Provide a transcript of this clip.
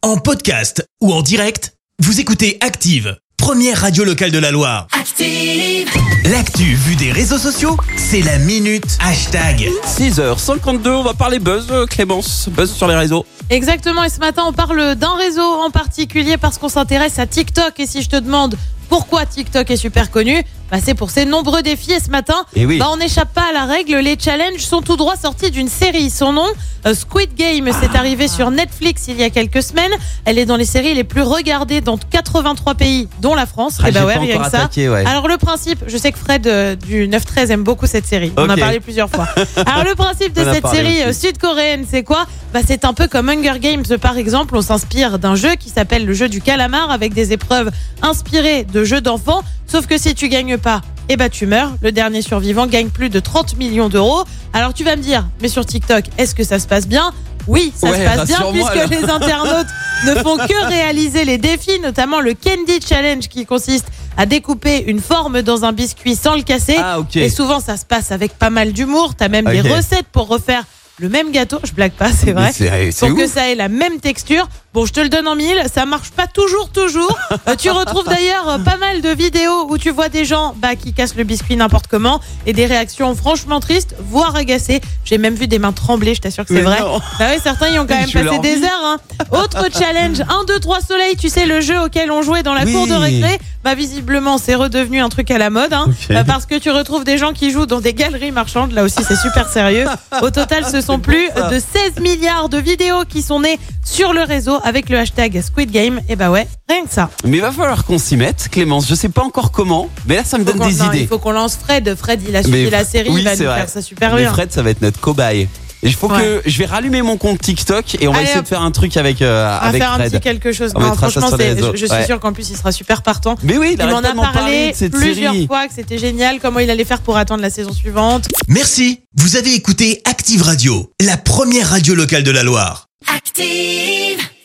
En podcast ou en direct, vous écoutez Active, première radio locale de la Loire. Active! L'actu vue des réseaux sociaux, c'est la minute hashtag. 6h52, on va parler buzz, Clémence. Buzz sur les réseaux. Exactement, et ce matin on parle d'un réseau en particulier parce qu'on s'intéresse à TikTok. Et si je te demande pourquoi TikTok est super connu, c'est pour ses nombreux défis. Et ce matin, on n'échappe pas à la règle, les challenges sont tout droit sortis d'une série. Son nom, Squid Game, c'est arrivé sur Netflix il y a quelques semaines. Elle est dans les séries les plus regardées dans 83 pays, dont la France. Rien que ça. Alors le principe, je sais que Fred du 9-13 aime beaucoup cette série, on a parlé plusieurs fois. Alors le principe de cette série sud-coréenne, c'est quoi ? C'est un peu comme Hunger Games par exemple. On s'inspire d'un jeu qui s'appelle le jeu du calamar, avec des épreuves inspirées de jeux d'enfants. Sauf que si tu gagnes pas, tu meurs. Le dernier survivant gagne plus de 30 millions d'euros. Alors tu vas me dire, mais sur TikTok, est-ce que ça se passe bien ? Oui, ça se passe bien, puisque les internautes ne font que réaliser les défis, notamment le Candy Challenge, qui consiste à découper une forme dans un biscuit sans le casser. Et souvent ça se passe avec pas mal d'humour. T'as même des recettes pour refaire le même gâteau, je blague pas, c'est vrai, pour que ça ait la même texture. Bon, je te le donne en mille, ça marche pas toujours. Tu retrouves d'ailleurs pas mal de vidéos où tu vois des gens qui cassent le biscuit n'importe comment, et des réactions franchement tristes, voire agacées. J'ai même vu des mains trembler, je t'assure que c'est vrai. Certains y ont quand même passé des heures. Autre challenge, 1, 2, 3 soleil, tu sais, le jeu auquel on jouait dans la cour de récré. Visiblement, c'est redevenu un truc à la mode, parce que tu retrouves des gens qui jouent dans des galeries marchandes. Là aussi, c'est super sérieux. Au total, ce sont plus de 16 milliards de vidéos qui sont nées sur le réseau avec le hashtag Squid Game. Et rien que ça. Mais il va falloir qu'on s'y mette, Clémence. Je sais pas encore comment, mais là, ça me donne des idées. Il faut qu'on lance Fred. Fred, il a suivi la série, il va nous faire ça super bien. Fred, ça va être notre cobaye. Et je vais rallumer mon compte TikTok et on va essayer de faire un truc avec Fred. On va faire un petit quelque chose. Franchement, je suis sûre qu'en plus il sera super partant. Mais oui, il m'en a parlé plusieurs fois que c'était génial, comment il allait faire pour attendre la saison suivante. Merci. Vous avez écouté Active Radio, la première radio locale de la Loire. Active!